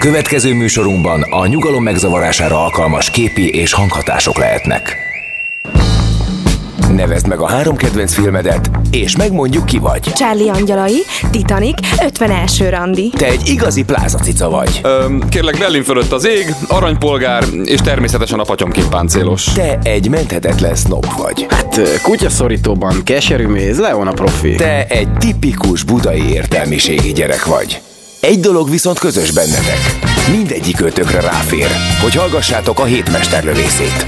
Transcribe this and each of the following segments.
Következő műsorunkban a nyugalom megzavarására alkalmas képi és hanghatások lehetnek. Nevezd meg a 3 kedvenc filmedet, és megmondjuk, ki vagy. Charlie angyalai, Titanic, 51. randi. Te egy igazi plázacica vagy. Kérlek, Berlin fölött az ég, aranypolgár, és természetesen a patyomkint-páncélos. Te egy menthetetlen snob vagy. Hát kutyaszorítóban keserű méz, Leon a profi. Te egy tipikus budai értelmiségi gyerek vagy. Egy dolog viszont közös bennetek. Mindegyik ötökre ráfér, hogy hallgassátok a Hét mesterlövészét.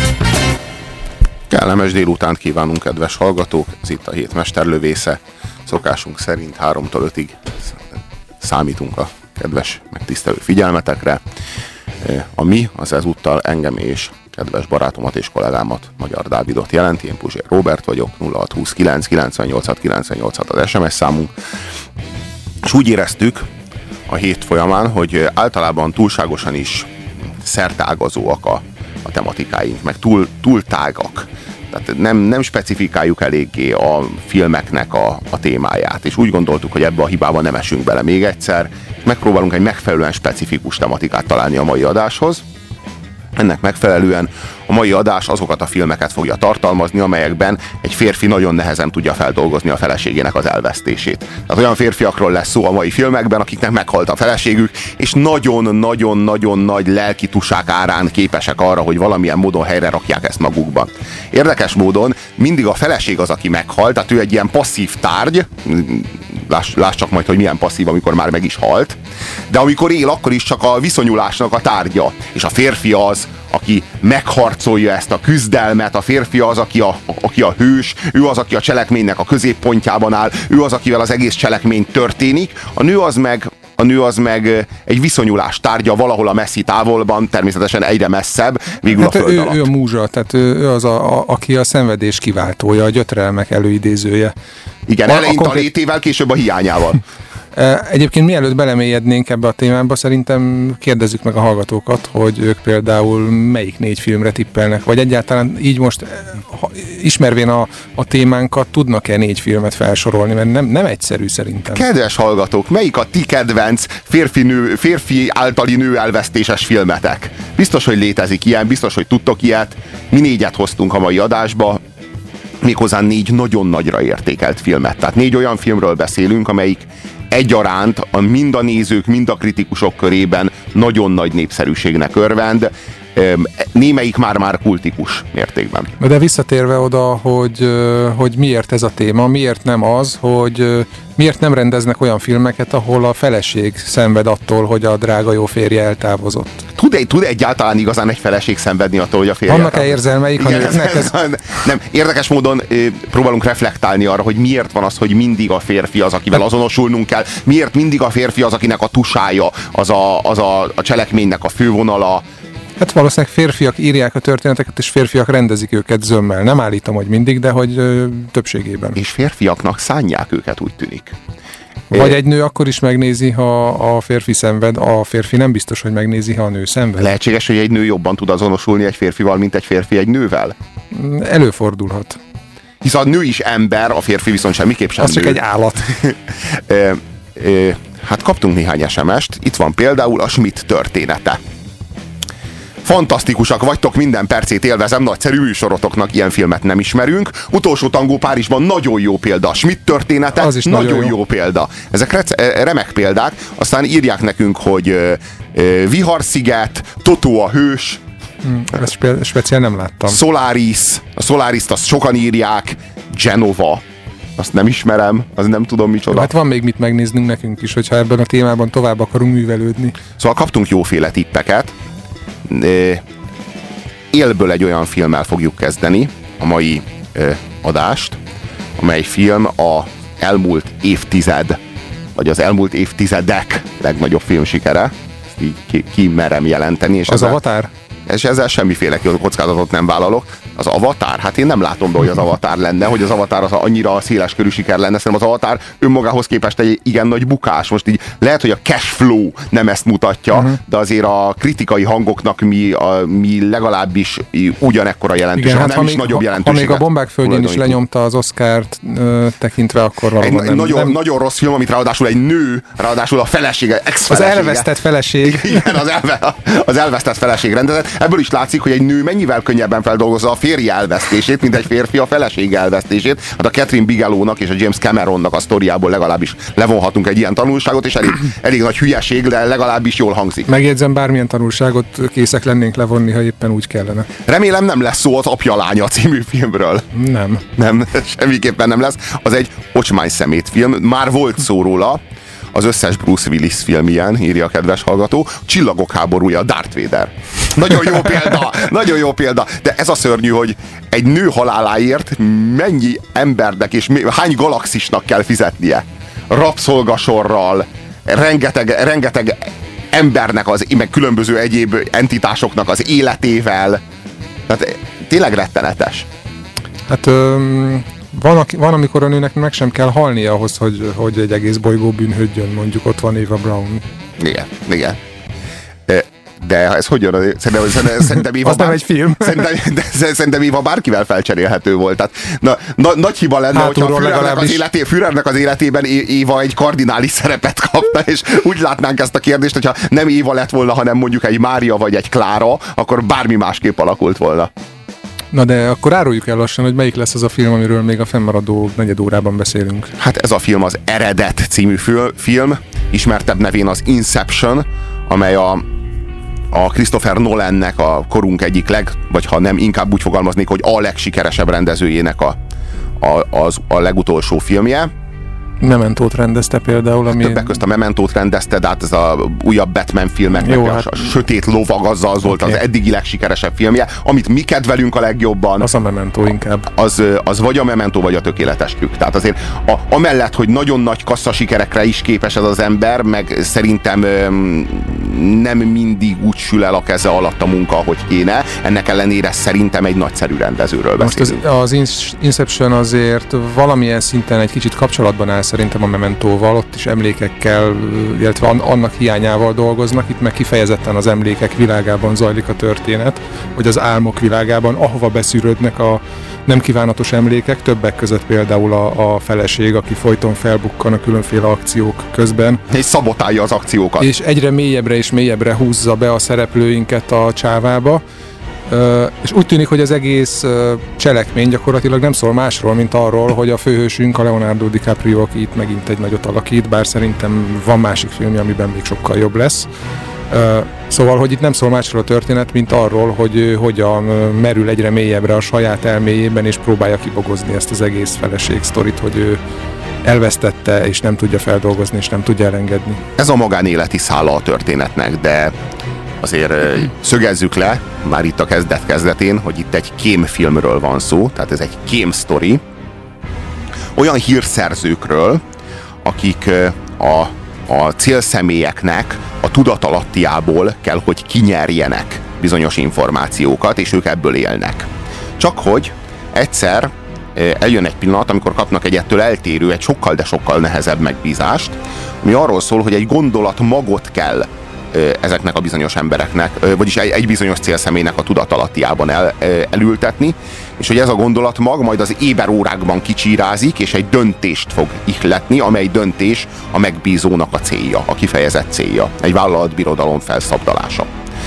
Kellemes délutánt kívánunk, kedves hallgatók! Ez itt a Hét mesterlövésze. Szokásunk szerint 3-tól 5-ig számítunk a kedves, megtisztelő figyelmetekre. Ami az ezúttal engem és kedves barátomat és kollégámat, Magyar Dávidot jelenti. Én Puzsér Róbert vagyok, 0629 98 98 az SMS számunk. És úgy éreztük a hét folyamán, hogy általában túlságosan is szerteágazóak a tematikáink, meg túl tágak. Tehát nem specifikáljuk eléggé a filmeknek a témáját, és úgy gondoltuk, hogy ebbe a hibába nem esünk bele még egyszer, és megpróbálunk egy megfelelően specifikus tematikát találni a mai adáshoz. Ennek megfelelően a mai adás azokat a filmeket fogja tartalmazni, amelyekben egy férfi nagyon nehezen tudja feldolgozni a feleségének az elvesztését. Tehát olyan férfiakról lesz szó a mai filmekben, akiknek meghalt a feleségük, és nagyon-nagyon-nagyon nagy lelki tusák árán képesek arra, hogy valamilyen módon helyre rakják ezt magukba. Érdekes módon mindig a feleség az, aki meghalt, tehát ő egy ilyen passzív tárgy, láss csak majd, hogy milyen passzív, amikor már meg is halt, de amikor él, akkor is csak a viszonyulásnak a tárgya. És a férfi az, aki megharcolja ezt a küzdelmet, a férfi az, aki a hős, ő az, aki a cselekménynek a középpontjában áll, ő az, akivel az egész cselekmény történik, a nő az meg egy viszonyulás tárgya valahol a messzi távolban, természetesen egyre messzebb, végül hát a föld alatt. Ő a múzsa, tehát ő az, aki a szenvedés kiváltója, a gyötrelmek előidézője. Igen, eleinte a létével, később a hiányával. Egyébként mielőtt belemélyednénk ebbe a témába, szerintem kérdezzük meg a hallgatókat, hogy ők például melyik 4 filmre tippelnek, vagy egyáltalán így most ismervén a témánkat tudnak-e 4 filmet felsorolni, mert nem egyszerű szerintem. Kedves hallgatók, melyik a ti kedvenc férfi általi nő elvesztéses filmetek? Biztos, hogy létezik ilyen, biztos, hogy tudtok ilyet. Mi 4-et hoztunk a mai adásba, méghozzá 4 nagyon nagyra értékelt filmet. Tehát 4 olyan filmről beszélünk, amelyik egyaránt mind a nézők, mind a kritikusok körében nagyon nagy népszerűségnek örvend, némelyik már kultikus mértékben. De visszatérve oda, hogy miért ez a téma, miért nem az, hogy miért nem rendeznek olyan filmeket, ahol a feleség szenved attól, hogy a drága jó férje eltávozott. Tud egyáltalán igazán egy feleség szenvedni attól, hogy a férje Vannak-e érzelmeik, ha nőknek ez... Nem, érdekes módon próbálunk reflektálni arra, hogy miért van az, hogy mindig a férfi az, akivel azonosulnunk kell, miért mindig a férfi az, akinek a tusája, az a cselekménynek a fővonala. Hát valószínűleg férfiak írják a történeteket, és férfiak rendezik őket zömmel. Nem állítom, hogy mindig, de hogy többségében. És férfiaknak szánják őket, úgy tűnik. Vagy egy nő akkor is megnézi, ha a férfi szenved, a férfi nem biztos, hogy megnézi, ha a nő szenved. Lehetséges, hogy egy nő jobban tud azonosulni egy férfival, mint egy férfi egy nővel? Előfordulhat. Hisz a nő is ember, a férfi viszont semmiképp sem az nő. csak egy állat. Hát kaptunk néhány SMS-t. Itt van például a Schmidt története. Fantasztikusak vagytok, minden percét élvezem, nagyszerű műsorotoknak, ilyen filmet nem ismerünk. Utolsó tangó Párizsban nagyon jó példa. A Schmidt története az is nagyon jó példa. Ezek remek példák. Aztán írják nekünk, hogy Viharsziget, Totó a hős. Ezt speciál nem láttam. A Solaris-t azt sokan írják. Genova. Azt nem ismerem, az nem tudom micsoda. Hát van még mit megnéznünk nekünk is, hogyha ebben a témában tovább akarunk művelődni. Szóval kaptunk jóféle tippeket. Élből egy olyan filmmel fogjuk kezdeni a mai adást, amely film az elmúlt évtized, vagy az elmúlt évtizedek legnagyobb filmsikere. Ezt így ki merem jelenteni. És az Avatar? És ezzel semmiféle kockázatot nem vállalok. Az Avatar? Hát én nem látom be, hogy az Avatar lenne, hogy az Avatar az annyira széleskörű siker lenne, szerintem az Avatar önmagához képest egy igen nagy bukás. Most így lehet, hogy a cash flow nem ezt mutatja, de azért a kritikai hangoknak mi legalábbis ugyanekkora jelentőség, hát nem is nagyobb jelentőséget. Ha még a Bombák földjén is lenyomta az Oscart tekintve, akkor valóban egy nagyon rossz film, amit ráadásul egy nő, ráadásul a felesége, az elvesztett feleség. Igen, az elvesztett feleség rendezett. Ebből is látszik, hogy egy nő mennyivel könnyebben feldolgozza a férje elvesztését, mint egy férfi a feleség elvesztését. Hát a Catherine Bigelownak és a James Cameronnak a sztoriából legalábbis levonhatunk egy ilyen tanulságot, és elég nagy hülyeség, de legalábbis jól hangzik. Megjegyzem, bármilyen tanulságot készek lennénk levonni, ha éppen úgy kellene. Remélem nem lesz szó az Apja lánya című filmről. Nem, semmiképpen nem lesz. Az egy ocsmány szemét film. Már volt szó róla. Az összes Bruce Willis film ilyen, írja a kedves hallgató. Csillagok háborúja, Darth Vader. Nagyon jó példa. De ez a szörnyű, hogy egy nő haláláért mennyi embernek és hány galaxisnak kell fizetnie. Rabszolgasorral, rengeteg embernek, meg különböző egyéb entitásoknak az életével. Tehát tényleg rettenetes. Hát van, amikor a nőnek meg sem kell halnia ahhoz, hogy egy egész bolygó bűnhődjön, mondjuk ott van Eva Braun. Igen. De ez hogy jön? Szerintem Éva az nem egy film. Szerintem Éva bárkivel felcserélhető volt. Tehát, nagy hiba lenne, hogyha Führernek az életében Éva egy kardinális szerepet kapna, és úgy látnánk ezt a kérdést, hogyha nem Éva lett volna, hanem mondjuk egy Mária vagy egy Klára, akkor bármi másképp alakult volna. Na de akkor áruljuk el lassan, hogy melyik lesz az a film, amiről még a fennmaradó negyed órában beszélünk. Hát ez a film az Eredet című film, ismertebb nevén az Inception, amely a Christopher Nolannek a korunk egyik vagy ha nem, inkább úgy fogalmaznék, hogy a legsikeresebb rendezőjének a legutolsó filmje. Mementót rendezte például, ami... Többek közt a Mementót rendezte, de hát ez a újabb Batman filmeknek a Sötét lovag, az volt az eddigi legsikeresebb filmje, amit mi kedvelünk a legjobban. Az a Mementó inkább. Az vagy a Mementó, vagy a Tökéletes trükk. Tehát azért amellett, hogy nagyon nagy kasszasikerekre is képes ez az ember, meg szerintem nem mindig úgy sül el a keze alatt a munka, ahogy kéne. Ennek ellenére szerintem egy nagyszerű rendezőről beszélünk. Most az Inception azért valamilyen szinten egy kicsit kapcsolatban áll szerintem a Mementóval, ott is emlékekkel, illetve annak hiányával dolgoznak, itt meg kifejezetten az emlékek világában zajlik a történet, hogy az álmok világában, ahova beszűrődnek a nem kívánatos emlékek, többek között például a feleség, aki folyton felbukkan a különféle akciók közben. És szabotálja az akciókat. És egyre mélyebbre és mélyebbre húzza be a szereplőinket a csávába. És úgy tűnik, hogy az egész cselekmény gyakorlatilag nem szól másról, mint arról, hogy a főhősünk, a Leonardo DiCaprio, aki itt megint egy nagyot alakít, bár szerintem van másik filmje, amiben még sokkal jobb lesz. Szóval, hogy itt nem szól másról a történet, mint arról, hogy hogyan merül egyre mélyebbre a saját elméjében, és próbálja kibogozni ezt az egész feleség sztorit, hogy ő elvesztette, és nem tudja feldolgozni, és nem tudja elengedni. Ez a magánéleti szála a történetnek, de azért szögezzük le, már itt a kezdetén, hogy itt egy kémfilmről van szó, tehát ez egy kémsztori. Olyan hírszerzőkről, akik a célszemélyeknek a tudatalattiából kell, hogy kinyerjenek bizonyos információkat, és ők ebből élnek. Csak hogy egyszer eljön egy pillanat, amikor kapnak egy ettől eltérő, egy sokkal, de sokkal nehezebb megbízást, ami arról szól, hogy egy gondolatmagot kell ezeknek a bizonyos embereknek, vagyis egy bizonyos célszemélynek a tudatalattiában elültetni, és hogy ez a gondolatmag majd az éberórákban kicsírázik, és egy döntést fog ihletni, amely döntés a megbízónak a célja, a kifejezett célja, egy vállalatbirodalom felszabdalása.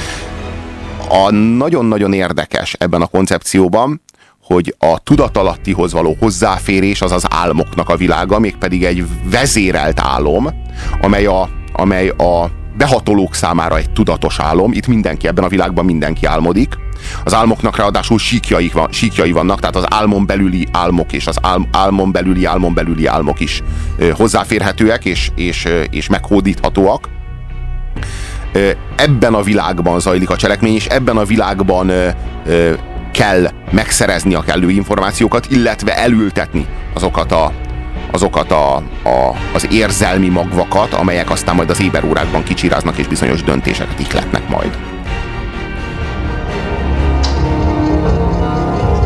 A nagyon-nagyon érdekes ebben a koncepcióban, hogy a tudatalattihoz való hozzáférés az az álmoknak a világa, mégpedig egy vezérelt álom, amely a behatolók számára egy tudatos álom. Itt mindenki, ebben a világban mindenki álmodik. Az álmoknak ráadásul síkjai vannak, tehát az álmon belüli álmok és az álmon belüli álmok is hozzáférhetőek és meghódíthatóak. Ebben a világban zajlik a cselekmény, és ebben a világban kell megszerezni a kellő információkat, illetve elültetni azokat az érzelmi magvakat, amelyek aztán majd az éberórákban kicsiráznak, és bizonyos döntéseket ihletnek majd.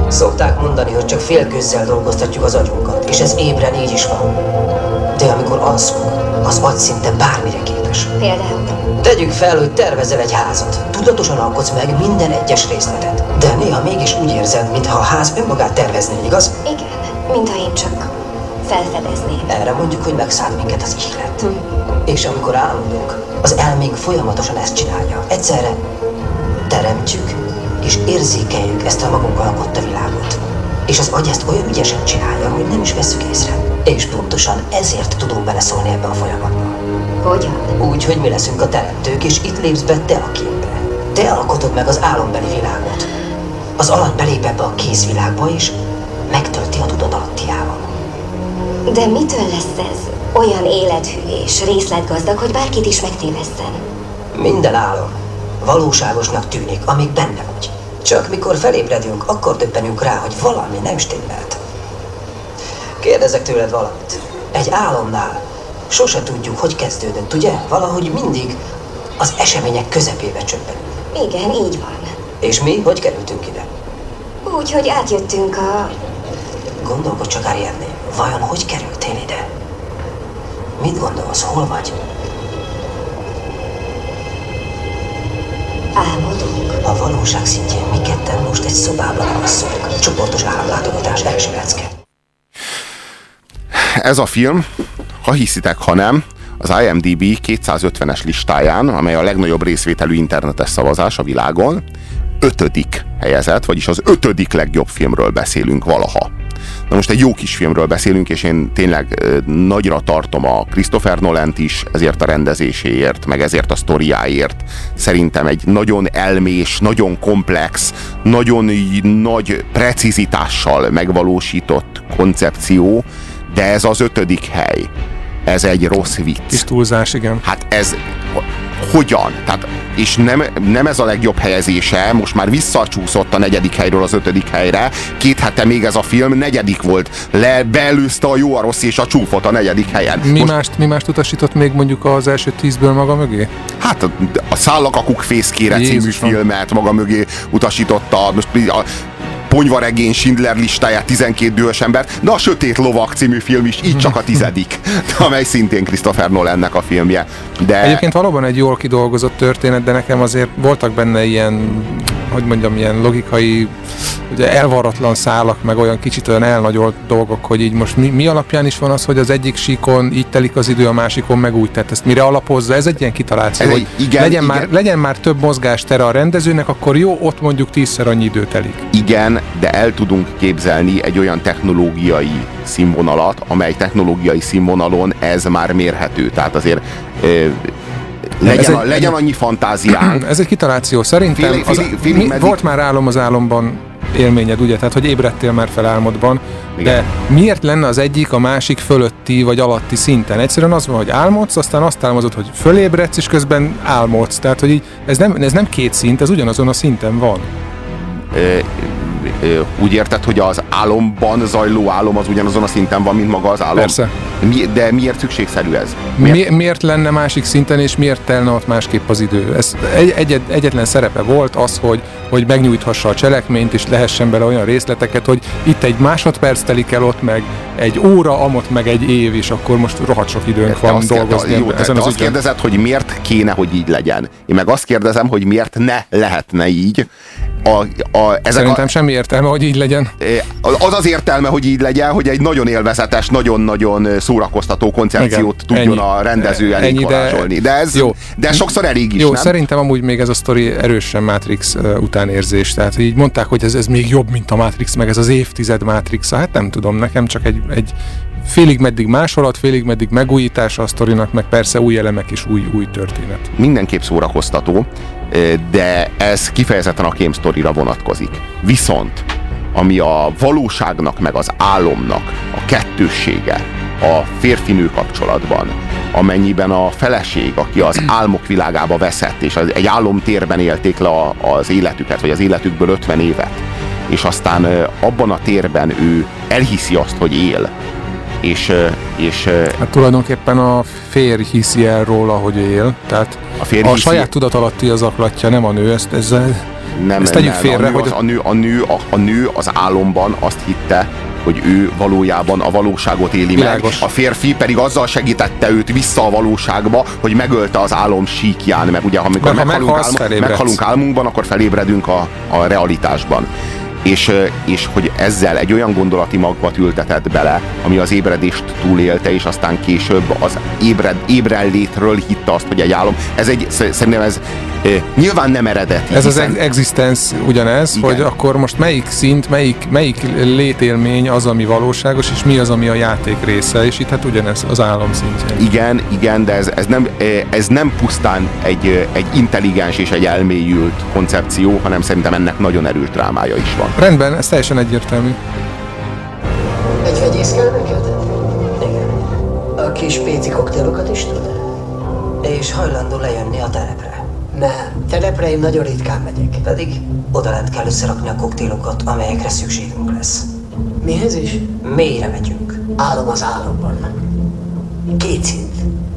Szokták mondani, hogy csak félkőzzel dolgoztatjuk az agyunkat, és ez ébren így is van. De amikor alszunk, az agy szinte bármire képes. Például? Tegyük fel, hogy tervezel egy házat. Tudatosan alkotsz meg minden egyes részletet. De néha mégis úgy érzed, mintha a ház önmagát tervezné, igaz? Igen, mintha én csak felfedezném. Erre mondjuk, hogy megszáll minket az ihlet. És amikor álmodunk, az elménk folyamatosan ezt csinálja. Egyszerre teremtjük és érzékeljük ezt a magunk alkotta világot. És az agy ezt olyan ügyesen csinálja, hogy nem is veszük észre. És pontosan ezért tudunk beleszólni ebbe a folyamatba. Hogyan? Úgy, hogy mi leszünk a teremtők, és itt lépsz be te a képbe. Te alkotod meg az álombeli világot. Az alany belép ebbe a kézvilágba, és megtölti a tudatalattiával. De mitől lesz ez olyan élethű és részletgazdag, hogy bárkit is megtévesszen? Minden álom valóságosnak tűnik, amíg benne vagy. Csak mikor felébredünk, akkor döbbenünk rá, hogy valami nem stimmelt. Kérdezek tőled valamit. Egy álomnál sose tudjuk, hogy kezdődött, ugye? Valahogy mindig az események közepébe csöppenünk. Igen, így van. És mi? Hogy kerültünk ide? Úgy, hogy átjöttünk a... Gondolkodj csak, Ariadne. Vajon hogy kerültél ide? Mit gondolsz? Hol vagy? Álmodunk. A valóság szintjén mi ketten most egy szobában alszunk. Csoportos álomlátogatás első lecke. Ez a film, ha hiszitek, ha nem, az IMDb 250-es listáján, amely a legnagyobb részvételű internetes szavazás a világon, 5. helyezett, vagyis az 5. legjobb filmről beszélünk valaha. Na most egy jó kis filmről beszélünk, és én tényleg nagyra tartom a Christopher Nolant is, ezért a rendezéséért, meg ezért a sztoriáért. Szerintem egy nagyon elmés, nagyon komplex, nagyon nagy precizitással megvalósított koncepció, de ez az 5. hely. Ez egy rossz vicc. Kis túlzás, igen. Hát ez... Hogyan? Tehát, és nem ez a legjobb helyezése, most már visszacsúszott a 4. helyről az 5. helyre. 2 hete még ez a film 4. volt. Beelőzte a jó, a rossz és a csúfot a 4. helyen. Mi mást utasított még mondjuk az első 10-ből maga mögé? Hát a Szállakakuk fészkére című filmet maga mögé utasította. Most a Ponyvaregény Schindler listáját, 12 dühös embert, de a Sötét lovak című film is így csak a 10., amely szintén Christopher Nolannek a filmje. De... Egyébként valóban egy jól kidolgozott történet, de nekem azért voltak benne ilyen, hogy mondjam, ilyen logikai, ugye elvarratlan szálak, meg olyan kicsit olyan elnagyolt dolgok, hogy így most mi alapján is van az, hogy az egyik síkon így telik az idő, a másikon meg úgy. Tehát ezt mire alapozza? Ez egy ilyen kitaláció, hogy legyen már több mozgástere a rendezőnek, akkor jó, ott mondjuk 10-szer annyi idő telik. Igen, de el tudunk képzelni egy olyan technológiai színvonalat, amely technológiai színvonalon ez már mérhető. Tehát azért legyen annyi fantáziánk. Ez egy kitaláció. Szerintem volt már álom az álomban élményed, ugye? Tehát, hogy ébredtél már fel álmodban. Igen. De miért lenne az egyik a másik fölötti vagy alatti szinten? Egyszerűen az van, hogy álmodsz, aztán azt álmodod, hogy fölébredsz, és közben álmodsz. Tehát, hogy így, ez nem 2 szint, ez ugyanazon a szinten van. Úgy érted, hogy az álomban zajló álom az ugyanazon a szinten van, mint maga az álom? Persze. De miért szükségszerű ez? Miért lenne másik szinten, és miért telne ott másképp az idő? Ez egyetlen szerepe volt az, hogy megnyújthassa a cselekményt, és lehessen bele olyan részleteket, hogy itt egy másodperc telik el, ott meg egy óra, amott meg egy év, és akkor most rohadt sok időnk van dolgozni ezen az ügyen. Azt kérdezed, hogy miért kéne, hogy így legyen. Én meg azt kérdezem, hogy miért ne lehetne így. Szerintem semmi értelme, hogy így legyen. Az értelme, hogy így legyen, hogy egy nagyon élvezetes, nagyon-nagyon szórakoztató koncepciót tudjon a rendező elég varázsolni. De sokszor elég is, jó, nem? Szerintem amúgy még ez a sztori erősen Matrix utánérzés. Tehát így mondták, hogy ez még jobb, mint a Matrix, meg ez az évtized Matrix. Hát nem tudom, nekem csak egy félig meddig másolat, félig meddig megújítása a sztorinak, meg persze új elemek és új történet. Mindenképp szórakoztató, de ez kifejezetten a kém sztorira vonatkozik. Viszont, ami a valóságnak meg az álomnak a kettőssége a férfinő kapcsolatban, amennyiben a feleség, aki az álmok világába veszett, és egy álomtérben élték le az életüket, vagy az életükből 50 évet, és aztán abban a térben ő elhiszi azt, hogy él, és hát tulajdonképpen a férj hiszi el róla, hogy él, tehát a saját tudatalatti az aklatja, nem a nő, ez Nem, ezt tegyük félre, hogy a nő az álomban azt hitte, hogy ő valójában a valóságot éli világos. meg. A férfi pedig azzal segítette őt vissza a valóságba, hogy megölte az álom síkján, mert ugye amikor meghalunk álmunkban, akkor felébredünk a realitásban. És hogy ezzel egy olyan gondolati magvat ültetett bele, ami az ébredést túlélte, és aztán később az ébrenlétről hitte azt, hogy egy álom. Szerintem ez nyilván nem eredeti. Ez hiszen... az existence ugyanez, igen. Hogy akkor most melyik szint, melyik létélmény az, ami valóságos, és mi az, ami a játék része, és itt hát ugyanez az álom szintjén. Igen, de ez nem pusztán egy intelligens és egy elmélyült koncepció, hanem szerintem ennek nagyon erős drámája is van. Rendben, ez teljesen egyértelmű. Egy vegyész kell neked? Igen. A kis péci koktélokat is tud? És hajlandó lejönni a telepre? Nem, telepre én nagyon ritkán megyek. Pedig odalent kell összerakni a koktélokat, amelyekre szükségünk lesz. Mihez is? Mélyre megyünk. Álom az álomban. 2 szint.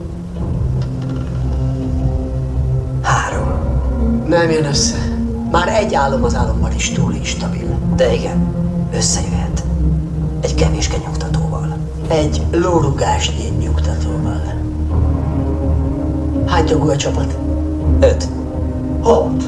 3. Nem jön össze. Már egy álom az álomban is túl instabil. De igen, összejöhet. Egy kevéske nyugtatóval. Egy lórugásnyi nyugtatóval. Hány tagú a csapat? 5. 6.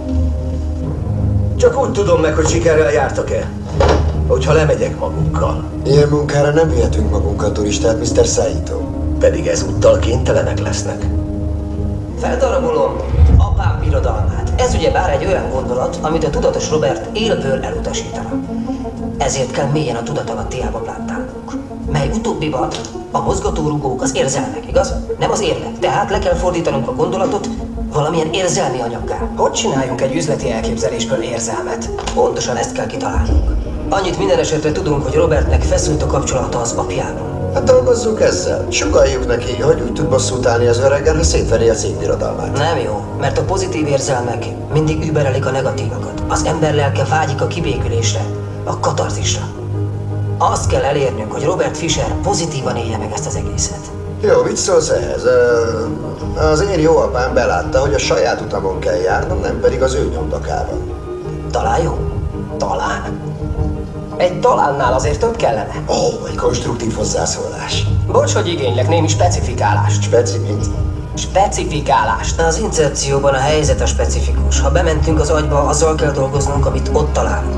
Csak úgy tudom meg, hogy sikerrel jártak-e. Hogyha lemegyek magunkkal. Ilyen munkára nem vihetünk magunkkal turistát, Mr. Saito. Pedig ezúttal kénytelenek lesznek. Feldarabolom apám birodalmát. Ez ugyebár egy olyan gondolat, amit a tudatos Robert élből elutasítana. Ezért kell mélyen a tudatalatti plántálnunk. Mely utóbbiban a mozgatórugók az érzelmek, igaz? Nem az érvek. Tehát le kell fordítanunk a gondolatot valamilyen érzelmi anyaggá. Hogy csináljunk egy üzleti elképzelésből érzelmet? Pontosan ezt kell kitalálnunk. Annyit minden esetre tudunk, hogy Robertnek feszült a kapcsolata az apjával. Hát dolgozzunk ezzel. Sugalljuk neki, hogy úgy tud bosszút állni az öreggel, ha szétveri a cégbirodalmát. Nem jó, mert a pozitív érzelmek mindig überelik a negatívakat. Az ember lelke vágyik a kibékülésre, a katarzisra. Azt kell elérnünk, hogy Robert Fisher pozitívan élje meg ezt az egészet. Jó, mit szólsz ehhez? Az én jó apám belátta, hogy a saját utamon kell járnom, nem pedig az ő nyomdokában. Talán jó? Talán. Egy talánnál azért több kellene. Egy konstruktív hozzászólás. Bocs, hogy igénylek némi specifikálást. Mint? Specifikálást. Az incepcióban a helyzet a specifikus. Ha bementünk az agyba, azzal kell dolgoznunk, amit ott találunk.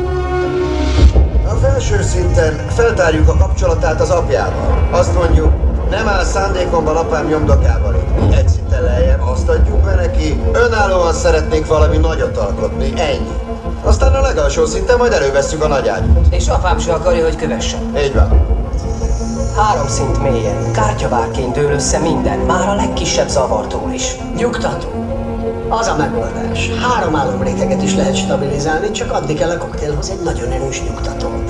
A felső szinten feltárjuk a kapcsolatát az apjával. Azt mondjuk, nem áll szándékomban apám nyomdokával itt. Egy szinten lejjebb azt adjuk be neki, önállóan szeretnék valami nagyot alkotni, ennyi. Aztán a legalsó szinten majd elővesszük a nagy ágyút. És apám se akarja, hogy kövessen. Így van. 3 szint mélyen, kártyavárként dől össze minden, már a legkisebb zavartól is. Nyugtató. Az a megoldás. 3 álomréteget is lehet stabilizálni, csak adni kell a koktélhoz egy nagyon erős nyugtatót.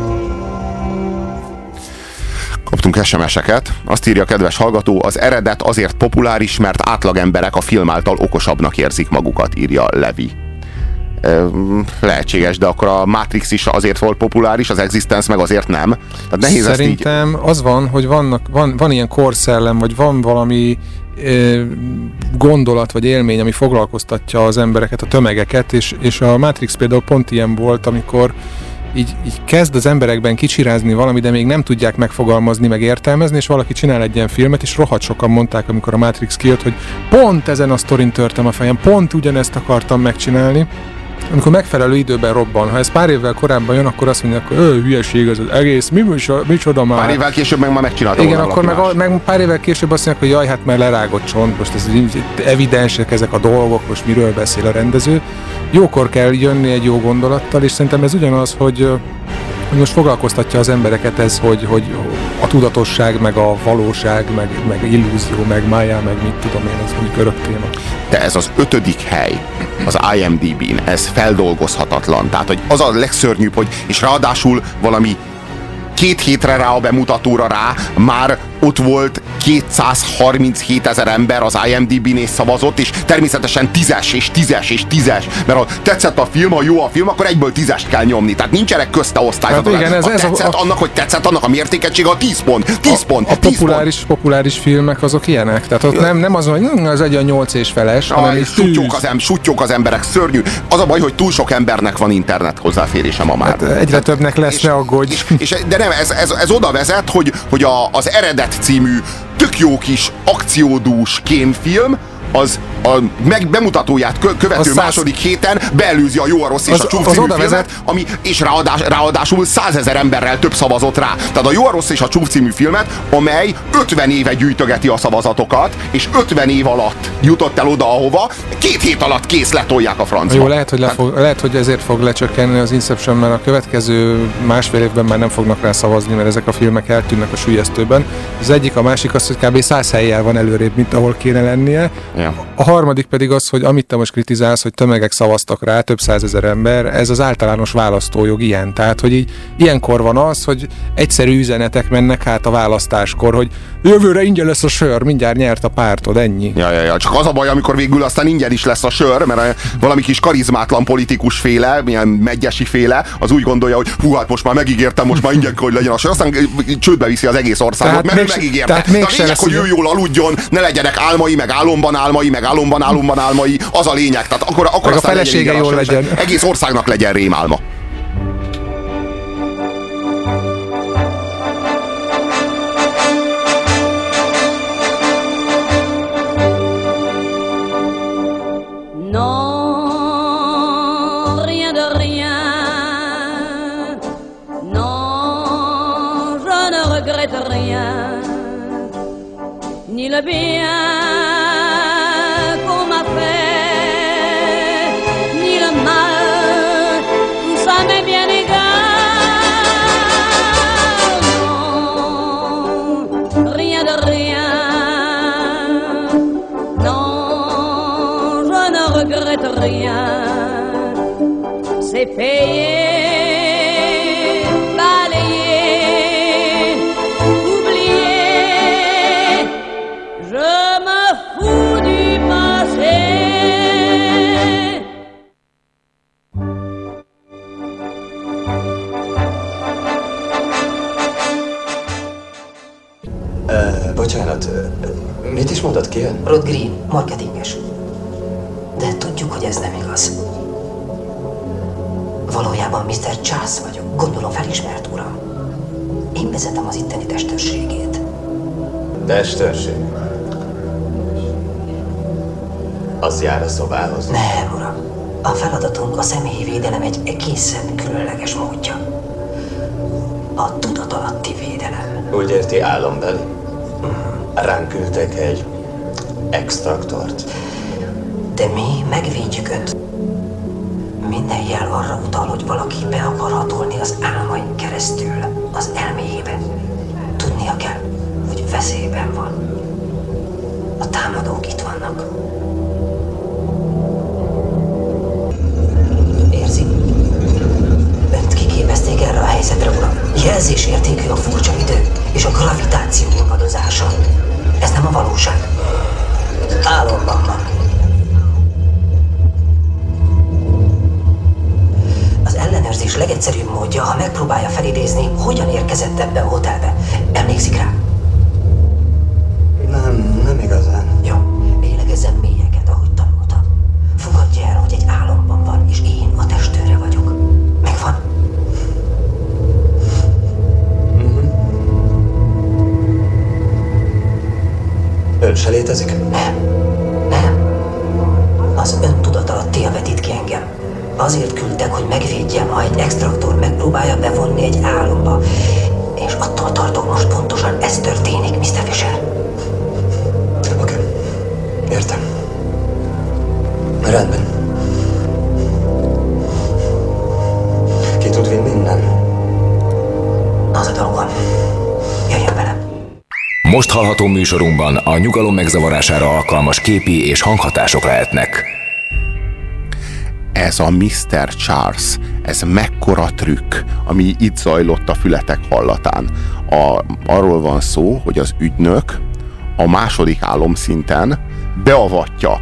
Kaptunk SMS-eket. Azt írja a kedves hallgató, az eredet azért populáris, mert átlagemberek a film által okosabbnak érzik magukat, írja Levi. Lehetséges, de akkor a Matrix is azért volt populáris, az Existence meg azért nem. Tehát nehéz szerintem így... az van, hogy van ilyen korszellem, vagy van valami gondolat, vagy élmény, ami foglalkoztatja az embereket, a tömegeket, és a Matrix például pont ilyen volt, amikor így kezd az emberekben kicsirázni valami, de még nem tudják megfogalmazni, meg értelmezni, és valaki csinál egy ilyen filmet, és rohadt sokan mondták, amikor a Matrix kijött, hogy pont ezen a sztorin törtem a fejem, pont ugyanezt akartam megcsinálni. Amikor megfelelő időben robban. Ha ez pár évvel korábban jön, akkor azt mondják, hogy hülyeség ez az egész, micsoda már. Pár évvel később meg már megcsinálta. Igen, akkor meg pár évvel később azt mondják, hogy jaj, hát már lerágott csont, most ez evidensek ezek a dolgok, most miről beszél a rendező. Jókor kell jönni egy jó gondolattal, és szerintem ez ugyanaz, hogy most foglalkoztatja az embereket ez, hogy a tudatosság, meg a valóság, meg illúzió, meg májá, meg mit tudom én, ez mondjuk örök téma. De ez az 5. hely az IMDb-n, ez feldolgozhatatlan. Tehát, hogy az a legszörnyűbb, hogy és ráadásul valami 2 hétre rá a bemutatóra rá már ott volt 237 000 ember az IMDb-n és szavazott, és természetesen 10-es és 10-es és 10-es, mert ha tetszett a film, ha jó a film, akkor egyből 10-est kell nyomni. Tehát nincsenek közte osztályzatok. Hát igen, annak, hogy tetszett, annak a mértékegysége a 10 pont. 10 pont. A populáris filmek azok ilyenek. Tehát ott nem az, hogy az egy a 8 és feles, hanem suttyók az emberek, szörnyű. Az a baj, hogy túl sok embernek van internet hozzáférése ma már. Hát egyre többnek lesz, ne aggódj. De nem, ez oda vezet, hogy az Eredet című tök jó kis akciódús kémfilm, az a bemutatóját követő második héten beelőzi a Jó, a Rossz és a Csúf című filmet, és ráadásul 100 000 emberrel több szavazott rá. Tehát a Jó, a Rossz és a Csúf című filmet, amely 50 éve gyűjtögeti a szavazatokat, és 50 év alatt jutott el oda, ahova 2 hét alatt kész letolják a francba. Jó, lehet, hogy ezért fog lecsökkenni az Inception, mert a következő másfél évben már nem fognak rá szavazni, mert ezek a filmek eltűnnek a sülyeztőben. Az egyik, a másik az, hogy kb. 100 hellyel van előrébb, mint ahol kéne lennie. Ja. A harmadik pedig az, hogy amit te most kritizálsz, hogy tömegek szavaztak rá, több 100 000 ember, ez az általános választójog ilyen. Tehát, hogy így ilyenkor van az, hogy egyszerű üzenetek mennek hát a választáskor, hogy jövőre ingyen lesz a sör, mindjárt nyert a pártod, ennyi. Ja. Csak az a baj, amikor végül aztán ingyen is lesz a sör, mert valami kis karizmátlan politikus féle, milyen Medgyessy féle, az úgy gondolja, hogy hú, hát most már megígértem, most már ingyen hogy legyen a sör, aztán csődbe viszi az egész országot, mert ő megígérte. De a lényeg, hogy ő jól aludjon, ne legyenek álmai, meg álomban, az a lényeg. Tehát akkor a felesége jól legyen. Egész országnak legyen rémálma. Non, rien de rien. Non, je ne regrette rien. Ni le bien c'est payé, balayé, oublié, je me fous du passé. Bocsánat, mit is mondott ki ön? Rod Green, marketinges. De tudjuk, hogy ez nem igaz. Valójában Mr. Charles vagyok. Gondolom felismert, uram. Én vezetem az itteni testőrségét. Testőrség? Az jár a szobához? Nem, uram. A feladatunk a személyi védelem egy egészen különleges módja. A tudatalatti védelem. Úgy érti, álombeli? Ránk küldtek egy extraktort. De mi megvédjük önt. Minden jel arra utal, hogy valaki be akar hatolni az álmain keresztül, az elméjébe. Tudnia kell, hogy veszélyben van. A támadók itt vannak. Érzi? Önt kiképezték erre a helyzetre, uram. Jelzésértékű a furcsa idő és a gravitáció ingadozása. Ez nem a valóság. Álomban van. Ellenőrzés legegyszerűbb módja, ha megpróbálja felidézni, hogyan érkezett ebbe a hotelbe. Emlékszik rá? Nem igazán. Jó, lélegezzen mélyeket, ahogy tanultam. Fogadja el, hogy egy álomban van, és én a testőre vagyok. Megvan? Ön se létezik? Nem. Az öntudatalatti vetít ki engem. Azért küldtek, hogy megvédjem, ha egy extraktor megpróbálja bevonni egy álomba. És attól tartok, most pontosan ez történik, Mr. Fisher. Oké. Értem. Rendben. Ki tud vinni innen? Az a dolgom. Jöjjön velem. Most hallható műsorunkban a nyugalom megzavarására alkalmas képi és hanghatások lehetnek. Ez a Mr. Charles, ez mekkora trükk, ami itt zajlott a fületek hallatán. arról van szó, hogy az ügynök a második álomszinten beavatja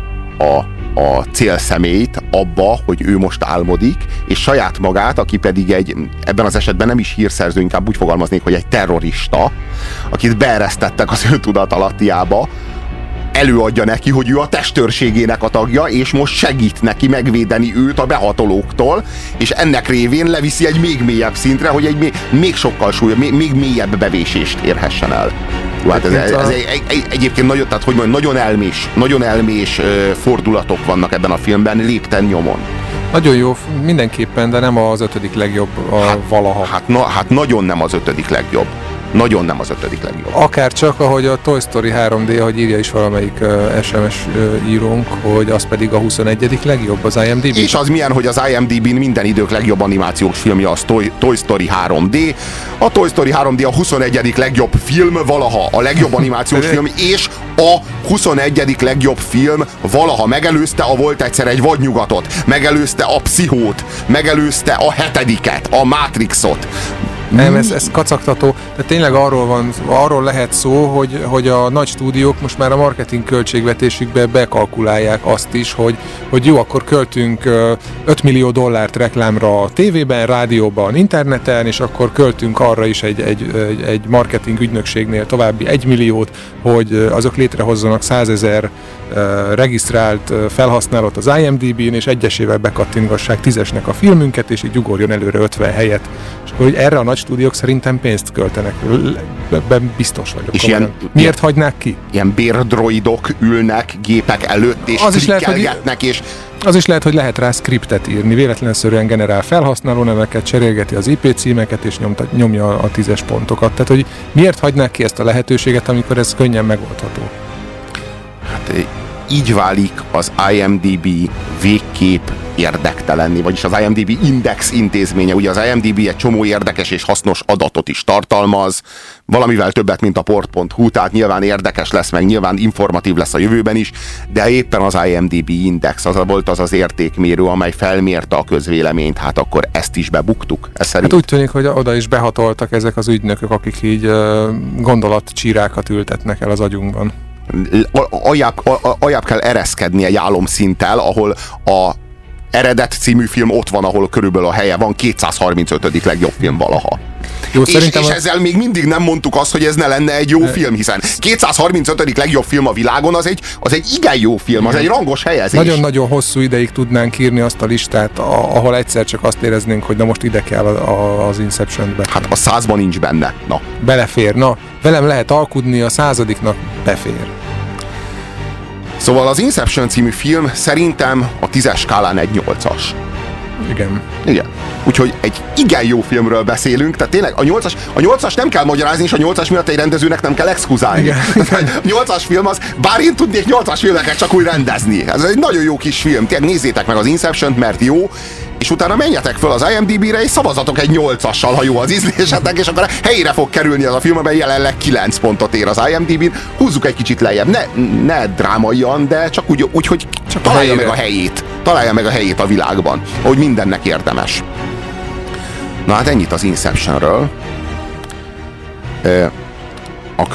a célszemélyt abba, hogy ő most álmodik, és saját magát, aki pedig ebben az esetben nem is hírszerző, inkább úgy fogalmaznék, hogy egy terrorista, akit beeresztettek az ő tudatalattiába, előadja neki, hogy ő a testőrségének a tagja, és most segít neki megvédeni őt a behatolóktól, és ennek révén leviszi egy még mélyebb szintre, hogy egy még sokkal súlyosabb, még mélyebb bevésést érhessen el. Hát ez egyébként nagyon, tehát hogy mondjam, nagyon elmés fordulatok vannak ebben a filmben, lépten nyomon. Nagyon jó, mindenképpen, de nem az 5. legjobb valaha. Hát nagyon nem az 5. legjobb. Nagyon nem az 5. legjobb. Akár csak, ahogy a Toy Story 3D, ahogy írja is valamelyik SMS írónk, hogy az pedig a 21. legjobb az IMDb. És az milyen, hogy az IMDb-n minden idők legjobb animációs filmje az Toy Story 3D. A Toy Story 3D a 21. legjobb film valaha, a legjobb animációs film, és a 21. legjobb film valaha. Megelőzte a Volt egyszer egy vadnyugatot, megelőzte a Pszichót, megelőzte a 7-et, a Matrixot. Nem, ez kacagtató. De tényleg arról lehet szó, hogy a nagy stúdiók most már a marketing költségvetésükbe bekalkulálják azt is, hogy jó, akkor költünk $5 millió reklámra a tévében, rádióban, interneten, és akkor költünk arra is egy marketing ügynökségnél további $1 milliót, hogy azok létrehozzanak 100 000 regisztrált felhasználót az IMDb-n, és egyesével bekattingassák 10-esnek a filmünket, és így ugorjon előre 50 helyet. És akkor hogy erre a nagy stúdiók szerintem pénzt költenek. Ebben biztos vagyok. És miért hagynák ki? Ilyen bérdroidok ülnek gépek előtt, és klikkelgetnek, és... Az is lehet, hogy lehet rá skriptet írni. Véletlenszerűen generál felhasználó neveket, cserélgeti az IP címeket, és nyomja a 10-es pontokat. Tehát, hogy miért hagynák ki ezt a lehetőséget, amikor ez könnyen megoldható? Hát így válik az IMDb végképp érdektelenni, vagyis az IMDb Index intézménye. Ugye az IMDb egy csomó érdekes és hasznos adatot is tartalmaz, valamivel többet, mint a port.hu, tehát nyilván érdekes lesz, meg nyilván informatív lesz a jövőben is, de éppen az IMDb Index volt az értékmérő, amely felmérte a közvéleményt, hát akkor ezt is bebuktuk. Hát úgy tűnik, hogy oda is behatoltak ezek az ügynökök, akik így gondolatcsírákat ültetnek el az agyunkban. Aljább kell ereszkedni egy álomszinttel, ahol a Eredet című film ott van, ahol körülbelül a helye van, 235. legjobb film valaha. Jó, és ezzel még mindig nem mondtuk azt, hogy ez ne lenne egy jó film, hiszen 235. legjobb film a világon, az egy igen jó film, az egy rangos helyezés. Nagyon-nagyon hosszú ideig tudnánk írni azt a listát, ahol egyszer csak azt éreznénk, hogy na most ide kell az Inception-be. Hát a 100-ban nincs benne. Na. Belefér. Na, velem lehet alkudni, a 100-nak befér. Szóval az Inception című film szerintem a 10-es skálán egy 8-as. Igen. Úgyhogy egy igen jó filmről beszélünk, tehát tényleg a 8-as nem kell magyarázni, és a 8-as miatt egy rendezőnek nem kell exkluzálni. A 8-as film az, bár én tudnék 8-as filmeket csak úgy rendezni. Ez egy nagyon jó kis film, tényleg nézzétek meg az Inception-t, mert jó, és utána menjetek föl az IMDb-re, és szavazatok egy 8-assal, ha jó az ízlésetek, és akkor helyére fog kerülni az a film, amely jelenleg 9 pontot ér az IMDb-n. Húzzuk egy kicsit lejjebb, ne drámaian, de csak úgy hogy csak találja meg a helyét. Találja meg a helyét a világban, ahogy mindennek érdemes. Na hát ennyit az Inceptionről.